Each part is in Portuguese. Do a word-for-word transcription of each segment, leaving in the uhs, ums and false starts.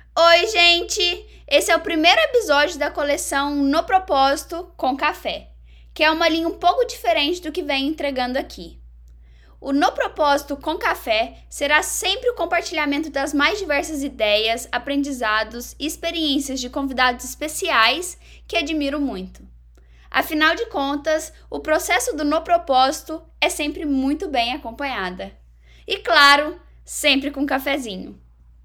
Oi, gente! Esse é o primeiro episódio da coleção No Propósito com Café, que é uma linha um pouco diferente do que vem entregando aqui. O No Propósito com Café será sempre o compartilhamento das mais diversas ideias, aprendizados e experiências de convidados especiais que admiro muito. Afinal de contas, o processo do No Propósito é sempre muito bem acompanhada. E claro, sempre com cafezinho.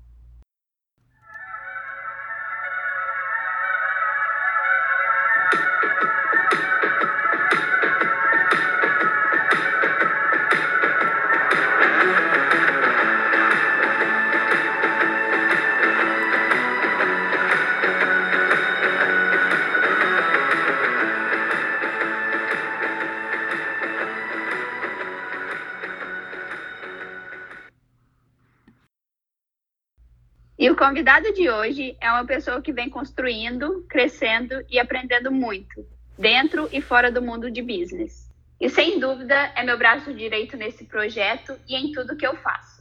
E o convidado de hoje é uma pessoa que vem construindo, crescendo e aprendendo muito, dentro e fora do mundo de business. E sem dúvida é meu braço direito nesse projeto e em tudo que eu faço.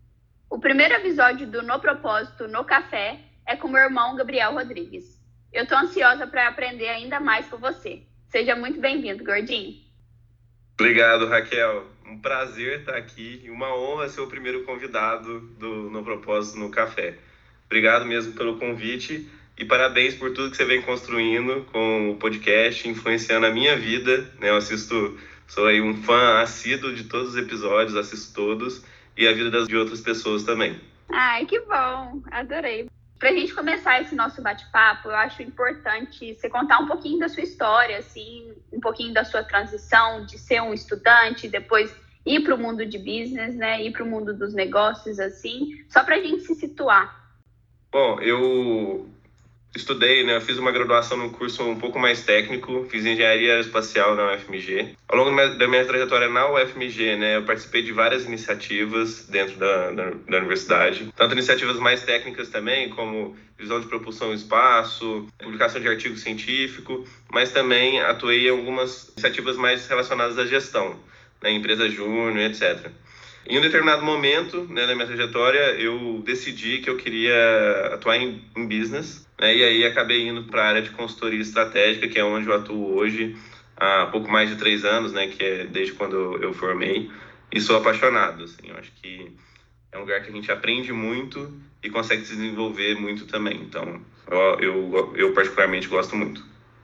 O primeiro episódio do No Propósito no Café é com meu irmão Gabriel Rodrigues. Eu estou ansiosa para aprender ainda mais com você. Seja muito bem-vindo, gordinho. Obrigado, Raquel. Um prazer estar aqui e uma honra ser o primeiro convidado do No Propósito no Café. Obrigado mesmo pelo convite e parabéns por tudo que você vem construindo com o podcast, influenciando a minha vida, né? Eu assisto, sou aí um fã assíduo de todos os episódios, assisto todos, e a vida das, de outras pessoas também. Ai, que bom! Adorei! Para a gente começar esse nosso bate-papo, eu acho importante você contar um pouquinho da sua história, assim, um pouquinho da sua transição de ser um estudante, depois ir para o mundo de business, né? Ir para o mundo dos negócios, assim, só para a gente se situar. Bom, eu estudei, né? Eu fiz uma graduação num curso um pouco mais técnico, fiz engenharia aeroespacial na U F M G. Ao longo da minha trajetória na U F M G, né, eu participei de várias iniciativas dentro da, da, da universidade, tanto iniciativas mais técnicas também, como visão de propulsão no espaço, publicação de artigo científico, mas também atuei em algumas iniciativas mais relacionadas à gestão, né, empresa júnior, etcétera. Em um determinado momento, né, da minha trajetória, eu decidi que eu queria atuar em, em business, né, e aí acabei indo para a área de consultoria estratégica, que é onde eu atuo hoje há pouco mais de três anos, né, que é desde quando eu, eu formei, e sou apaixonado. Assim, eu acho que é um lugar que a gente aprende muito e consegue se desenvolver muito também. Então, eu, eu, eu particularmente gosto muito.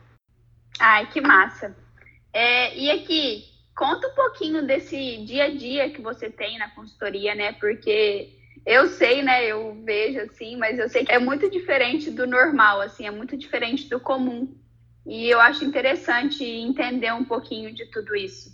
Ai, que massa! É, e aqui, conta um pouquinho desse dia a dia que você tem na consultoria, né? Porque eu sei, né? Eu vejo assim, mas eu sei que é muito diferente do normal, assim, é muito diferente do comum. E eu acho interessante entender um pouquinho de tudo isso.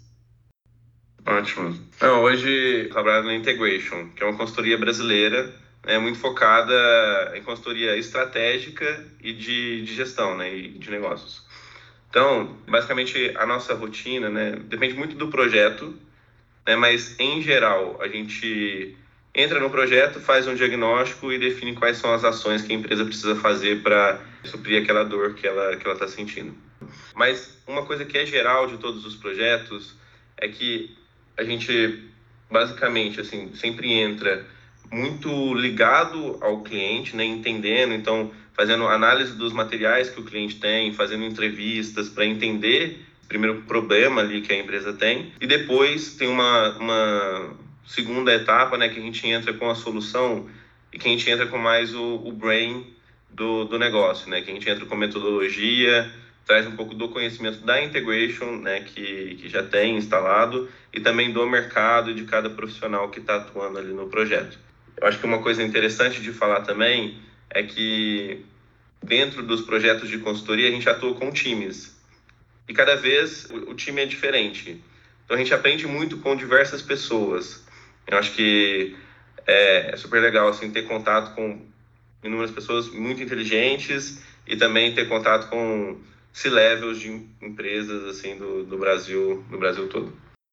Ótimo. Não, hoje eu trabalho na Integration, que é uma consultoria brasileira, né, muito focada em consultoria estratégica e de, de gestão, né, e de negócios. Então, basicamente, a nossa rotina, né, depende muito do projeto, né, mas, em geral, a gente entra no projeto, faz um diagnóstico e define quais são as ações que a empresa precisa fazer para suprir aquela dor que ela que ela está sentindo. Mas uma coisa que é geral de todos os projetos é que a gente, basicamente, assim, sempre entra muito ligado ao cliente, né, entendendo, então, fazendo análise dos materiais que o cliente tem, fazendo entrevistas para entender o primeiro problema ali que a empresa tem, e depois tem uma, uma segunda etapa, né, que a gente entra com a solução e que a gente entra com mais o, o brain do, do negócio, né, que a gente entra com metodologia, traz um pouco do conhecimento da integration, né, que, que já tem instalado, e também do mercado e de cada profissional que está atuando ali no projeto. Eu acho que uma coisa interessante de falar também é que dentro dos projetos de consultoria a gente atua com times, e cada vez o, o time é diferente. Então a gente aprende muito com diversas pessoas. Eu acho que é, é super legal assim, ter contato com inúmeras pessoas muito inteligentes e também ter contato com C-levels de empresas assim do, do Brasil, do Brasil todo.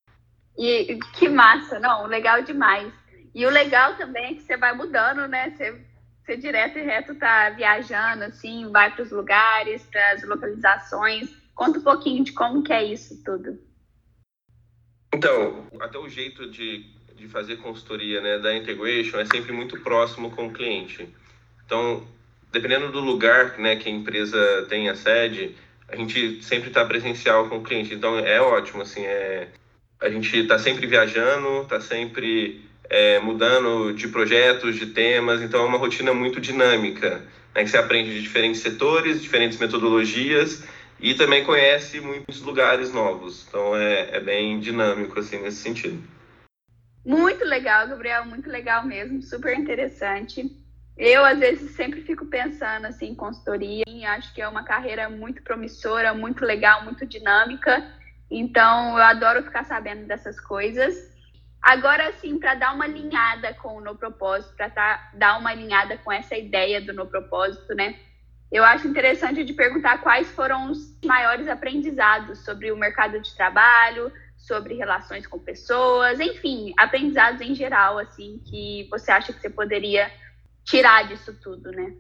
E que massa, não, legal demais. E o legal também é que você vai mudando, né? Você, você direto e reto tá viajando, assim, vai para os lugares, para as localizações. Conta um pouquinho de como que é isso tudo. Então, até o jeito de, de fazer consultoria, né, da integration é sempre muito próximo com o cliente. Então, dependendo do lugar, né, que a empresa tem a sede, a gente sempre está presencial com o cliente. Então, é ótimo, assim, é... a gente está sempre viajando, está sempre é, mudando de projetos, de temas. Então, é uma rotina muito dinâmica, né, que você aprende de diferentes setores, diferentes metodologias e também conhece muitos lugares novos. Então, é, é bem dinâmico, assim, nesse sentido. Muito legal, Gabriel, muito legal mesmo, super interessante. Eu, às vezes, sempre fico pensando assim, em consultoria. Acho que é uma carreira muito promissora, muito legal, muito dinâmica. Então, eu adoro ficar sabendo dessas coisas. Agora, assim, para dar uma alinhada com o No Propósito, para tá, dar uma alinhada com essa ideia do No Propósito, né? Eu acho interessante de perguntar quais foram os maiores aprendizados sobre o mercado de trabalho, sobre relações com pessoas, enfim, aprendizados em geral, assim, que você acha que você poderia tirar disso tudo, né?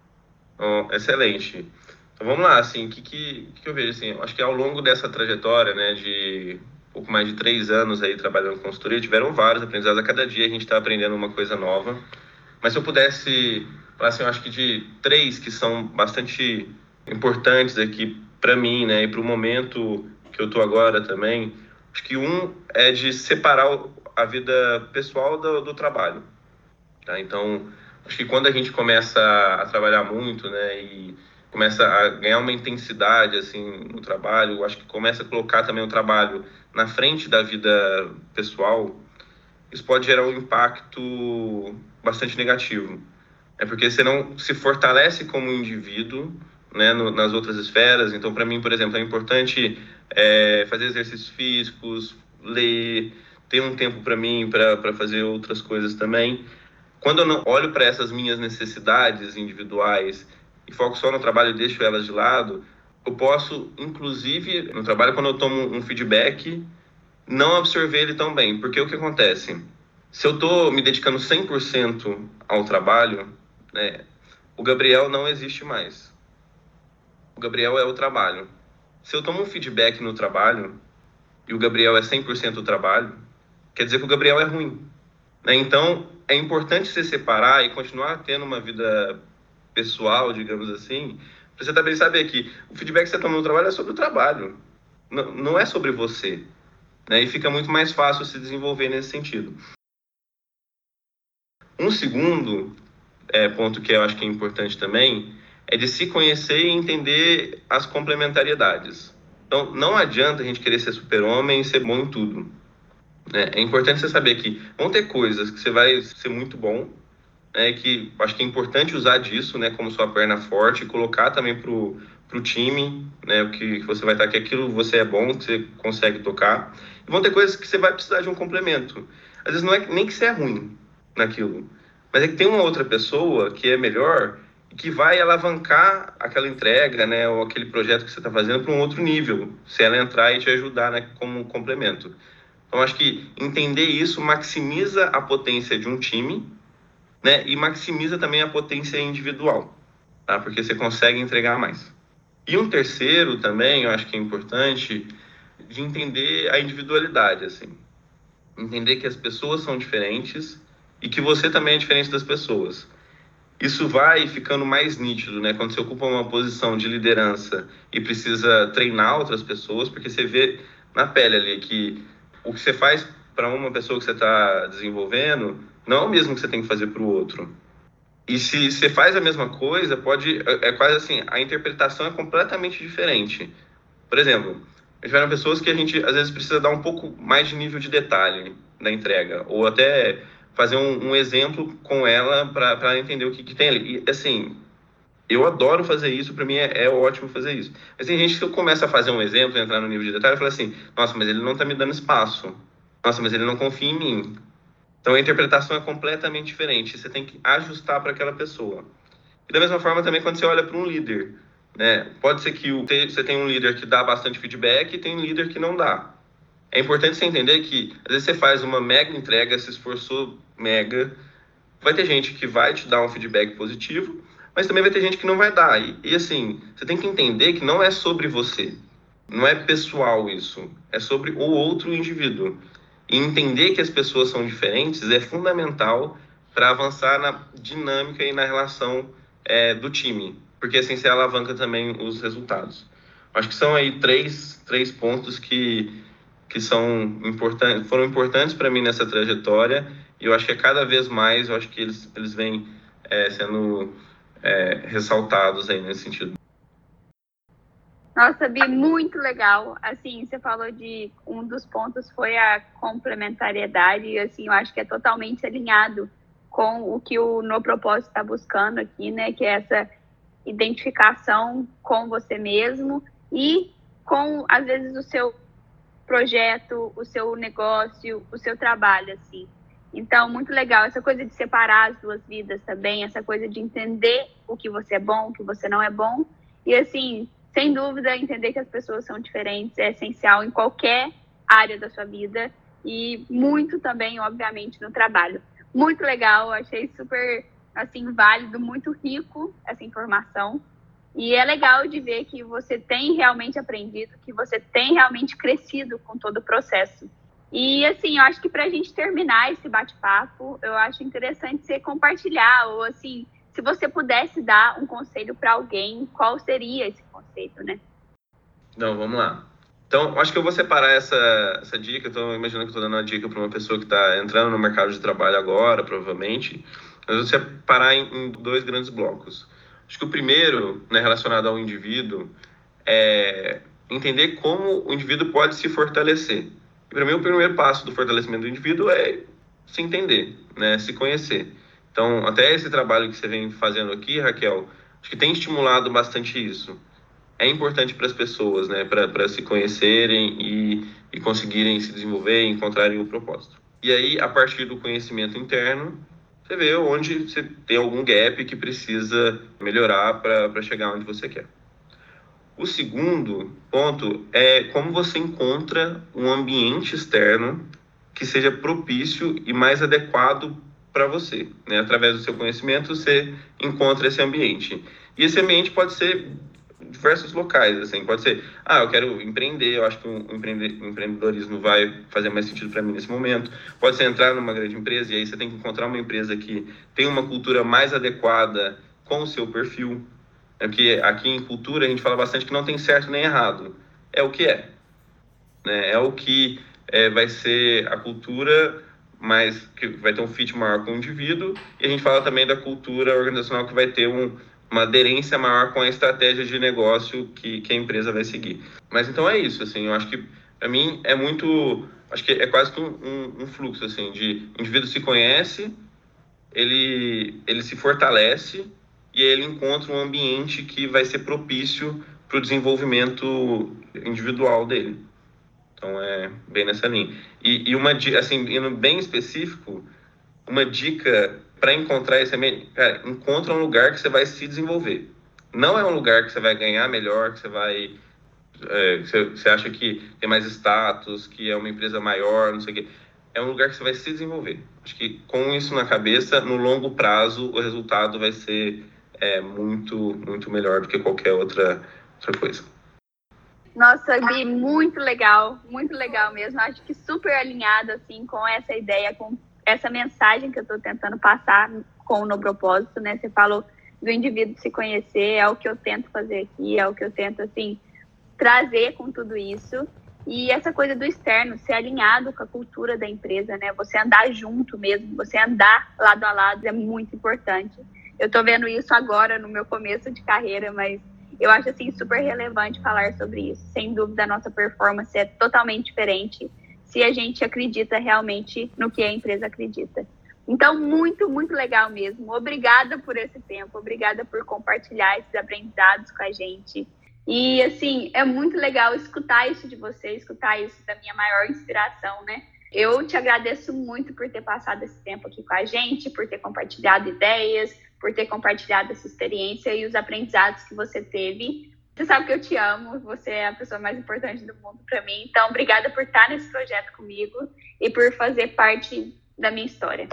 Oh, excelente. Então vamos lá, assim, o que, que, que eu vejo, assim, eu acho que ao longo dessa trajetória, né, de pouco mais de três anos aí trabalhando com consultoria, tiveram vários aprendizados, a cada dia a gente está aprendendo uma coisa nova, mas se eu pudesse falar assim, eu acho que de três que são bastante importantes aqui para mim, né, e para o momento que eu tô agora também, acho que um é de separar a vida pessoal do, do trabalho, tá? Então, acho que quando a gente começa a trabalhar muito, né, e começa a ganhar uma intensidade, assim, no trabalho, acho que começa a colocar também o trabalho na frente da vida pessoal, isso pode gerar um impacto bastante negativo. É porque você não se fortalece como indivíduo, né, no, nas outras esferas. Então, para mim, por exemplo, é importante é, fazer exercícios físicos, ler, ter um tempo para mim, para fazer outras coisas também. Quando eu não olho para essas minhas necessidades individuais e foco só no trabalho e deixo elas de lado, eu posso, inclusive, no trabalho, quando eu tomo um feedback, não absorver ele tão bem. Porque o que acontece? Se eu estou me dedicando cem por cento ao trabalho, né, o Gabriel não existe mais. O Gabriel é o trabalho. Se eu tomo um feedback no trabalho e o Gabriel é cem por cento o trabalho, quer dizer que o Gabriel é ruim, né? Então, é importante você separar e continuar tendo uma vida pessoal, digamos assim, para você também saber que o feedback que você toma no trabalho é sobre o trabalho, não, não é sobre você, né? E fica muito mais fácil se desenvolver nesse sentido. Um segundo é, ponto que eu acho que é importante também é de se conhecer e entender as complementariedades. Então, não adianta a gente querer ser super-homem e ser bom em tudo, né? É importante você saber que vão ter coisas que você vai ser muito bom, né, que acho que é importante usar disso, né, como sua perna forte e colocar também pro, pro time, né, que você vai estar que aquilo você é bom, que você consegue tocar. E vão ter coisas que você vai precisar de um complemento. Às vezes não é nem que você é ruim naquilo, mas é que tem uma outra pessoa que é melhor e que vai alavancar aquela entrega, né, ou aquele projeto que você está fazendo para um outro nível, se ela entrar e te ajudar, né, como um complemento. Então, acho que entender isso maximiza a potência de um time, né, e maximiza também a potência individual, tá? Porque você consegue entregar mais. E um terceiro também, eu acho que é importante, de entender a individualidade, assim. Entender que as pessoas são diferentes e que você também é diferente das pessoas. Isso vai ficando mais nítido, né, quando você ocupa uma posição de liderança e precisa treinar outras pessoas, porque você vê na pele ali que o que você faz para uma pessoa que você está desenvolvendo não é o mesmo que você tem que fazer para o outro. E se você faz a mesma coisa, pode, é quase assim, a interpretação é completamente diferente. Por exemplo, tiveram pessoas que a gente às vezes precisa dar um pouco mais de nível de detalhe na entrega, ou até fazer um, um exemplo com ela para ela entender o que, que tem ali. E assim, eu adoro fazer isso, para mim é, é ótimo fazer isso. Mas tem gente que começa a fazer um exemplo, entrar no nível de detalhe e fala assim, nossa, mas ele não está me dando espaço. Nossa, mas ele não confia em mim. Então, a interpretação é completamente diferente. Você tem que ajustar para aquela pessoa. E da mesma forma também quando você olha para um líder, né? Pode ser que você tenha um líder que dá bastante feedback e tem um líder que não dá. É importante você entender que, às vezes, você faz uma mega entrega, se esforçou mega, vai ter gente que vai te dar um feedback positivo, mas também vai ter gente que não vai dar. E, e assim, você tem que entender que não é sobre você. Não é pessoal isso. É sobre o outro indivíduo. E entender que as pessoas são diferentes é fundamental para avançar na dinâmica e na relação é, do time, porque assim você alavanca também os resultados. Acho que são aí três, três pontos que, que são importantes, foram importantes para mim nessa trajetória, e eu acho que a cada vez mais, eu acho que eles, eles vêm é, sendo é, ressaltados aí nesse sentido. Nossa, Bi, muito legal. Assim, você falou de um dos pontos foi a complementariedade, e assim, eu acho que é totalmente alinhado com o que o No Propósito está buscando aqui, né? Que é essa identificação com você mesmo e com, às vezes, o seu projeto, o seu negócio, o seu trabalho, assim. Então, muito legal essa coisa de separar as duas vidas também, essa coisa de entender o que você é bom, o que você não é bom. E, assim, sem dúvida, entender que as pessoas são diferentes é essencial em qualquer área da sua vida e muito também, obviamente, no trabalho. Muito legal, achei super, assim, válido, muito rico essa informação. E é legal de ver que você tem realmente aprendido, que você tem realmente crescido com todo o processo. E, assim, eu acho que para a gente terminar esse bate-papo, eu acho interessante você compartilhar, ou, assim, se você pudesse dar um conselho para alguém, qual seria esse conselho, né? Não, vamos lá. Então, acho que eu vou separar essa, essa dica. Estou imaginando que estou dando uma dica para uma pessoa que está entrando no mercado de trabalho agora, provavelmente. Mas eu vou separar em, em dois grandes blocos. Acho que o primeiro, né, relacionado ao indivíduo, é entender como o indivíduo pode se fortalecer. E para mim, o primeiro passo do fortalecimento do indivíduo é se entender, né, se conhecer. Então, até esse trabalho que você vem fazendo aqui, Raquel, acho que tem estimulado bastante isso. É importante para as pessoas, né, para se conhecerem e, e conseguirem se desenvolver e encontrarem o propósito. E aí, a partir do conhecimento interno, você vê onde você tem algum gap que precisa melhorar para chegar onde você quer. O segundo ponto é como você encontra um ambiente externo que seja propício e mais adequado para você, né? Através do seu conhecimento, você encontra esse ambiente. E esse ambiente pode ser diversos locais, assim, pode ser, ah, eu quero empreender, eu acho que o empreendedorismo vai fazer mais sentido para mim nesse momento. Pode ser entrar numa grande empresa e aí você tem que encontrar uma empresa que tem uma cultura mais adequada com o seu perfil. É porque aqui em cultura a gente fala bastante que não tem certo nem errado. É o que é. Né? É o que é, vai ser a cultura, mas que vai ter um fit maior com o indivíduo. E a gente fala também da cultura organizacional que vai ter um, uma aderência maior com a estratégia de negócio que, que a empresa vai seguir. Mas então é isso, assim, eu acho que para mim é muito, acho que é quase que um, um, um fluxo, assim, de o indivíduo se conhece, ele, ele se fortalece e aí ele encontra um ambiente que vai ser propício para o desenvolvimento individual dele. Então é bem nessa linha. E, e uma assim, indo bem específico, uma dica para encontrar esse ambiente, cara, encontra um lugar que você vai se desenvolver. Não é um lugar que você vai ganhar melhor, que você vai, é, que você, você acha que tem mais status, que é uma empresa maior, não sei o quê. É um lugar que você vai se desenvolver. Acho que com isso na cabeça, no longo prazo, o resultado vai ser é, muito, muito melhor do que qualquer outra, outra coisa. Nossa, Bi, muito legal, muito legal mesmo. Acho que super alinhado assim, com essa ideia, com essa mensagem que eu estou tentando passar com o No Propósito, né? Você falou do indivíduo se conhecer, é o que eu tento fazer aqui, é o que eu tento, assim, trazer com tudo isso. E essa coisa do externo, ser alinhado com a cultura da empresa, né? Você andar junto mesmo, você andar lado a lado é muito importante. Eu estou vendo isso agora no meu começo de carreira, mas eu acho, assim, super relevante falar sobre isso. Sem dúvida, a nossa performance é totalmente diferente se a gente acredita realmente no que a empresa acredita. Então, muito, muito legal mesmo. Obrigada por esse tempo, obrigada por compartilhar esses aprendizados com a gente. E, assim, é muito legal escutar isso de você, escutar isso da minha maior inspiração, né? Eu te agradeço muito por ter passado esse tempo aqui com a gente, por ter compartilhado ideias, por ter compartilhado essa experiência e os aprendizados que você teve. Você sabe que eu te amo, você é a pessoa mais importante do mundo para mim. Então, obrigada por estar nesse projeto comigo e por fazer parte da minha história.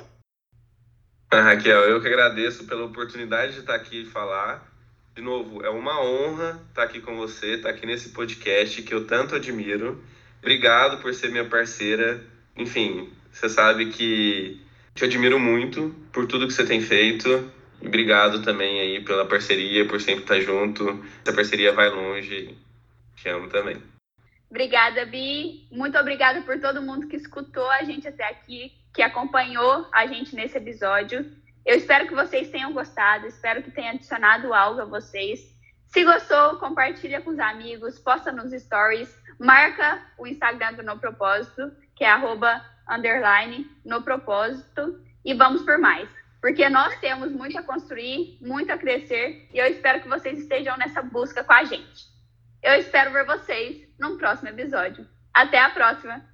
Ah, Raquel, eu que agradeço pela oportunidade de estar aqui e falar. De novo, é uma honra estar aqui com você, estar aqui nesse podcast que eu tanto admiro. Obrigado por ser minha parceira. Enfim, você sabe que te admiro muito por tudo que você tem feito E obrigado também aí pela parceria, por sempre estar junto. Essa parceria vai longe. Te amo também. Obrigada, Bi. Muito obrigada por todo mundo que escutou a gente até aqui, que acompanhou a gente nesse episódio. Eu espero que vocês tenham gostado, espero que tenha adicionado algo a vocês. Se gostou, compartilha com os amigos, posta nos stories, marca o Instagram do No Propósito, que é arroba, underline, no propósito, e vamos por mais. Porque nós temos muito a construir, muito a crescer, e eu espero que vocês estejam nessa busca com a gente. Eu espero ver vocês num próximo episódio. Até a próxima!